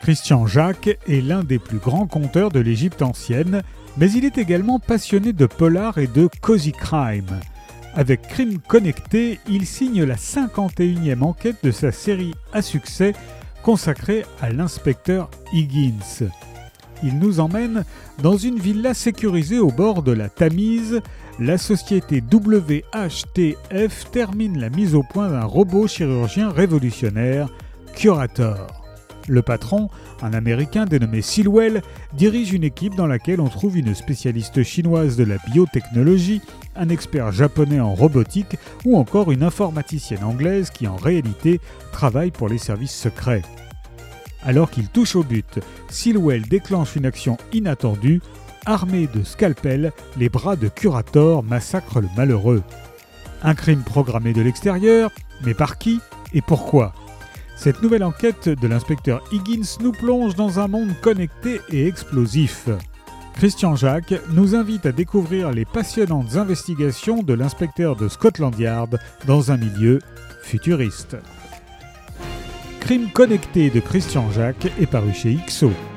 Christian Jacques est l'un des plus grands conteurs de l'Égypte ancienne, mais il est également passionné de polar et de cozy crime. Avec Crime Connecté, il signe la 51e enquête de sa série à succès consacrée à l'inspecteur Higgins. Il nous emmène dans une villa sécurisée au bord de la Tamise. La société WHTF termine la mise au point d'un robot chirurgien révolutionnaire, Curator. Le patron, un Américain dénommé Silwell, dirige une équipe dans laquelle on trouve une spécialiste chinoise de la biotechnologie, un expert japonais en robotique ou encore une informaticienne anglaise qui en réalité travaille pour les services secrets. Alors qu'il touche au but, Silwell déclenche une action inattendue. Armés de scalpels, les bras de Curator massacrent le malheureux. Un crime programmé de l'extérieur, mais par qui et pourquoi ? Cette nouvelle enquête de l'inspecteur Higgins nous plonge dans un monde connecté et explosif. Christian Jacques nous invite à découvrir les passionnantes investigations de l'inspecteur de Scotland Yard dans un milieu futuriste. Crime Connecté de Christian Jacques est paru chez XO.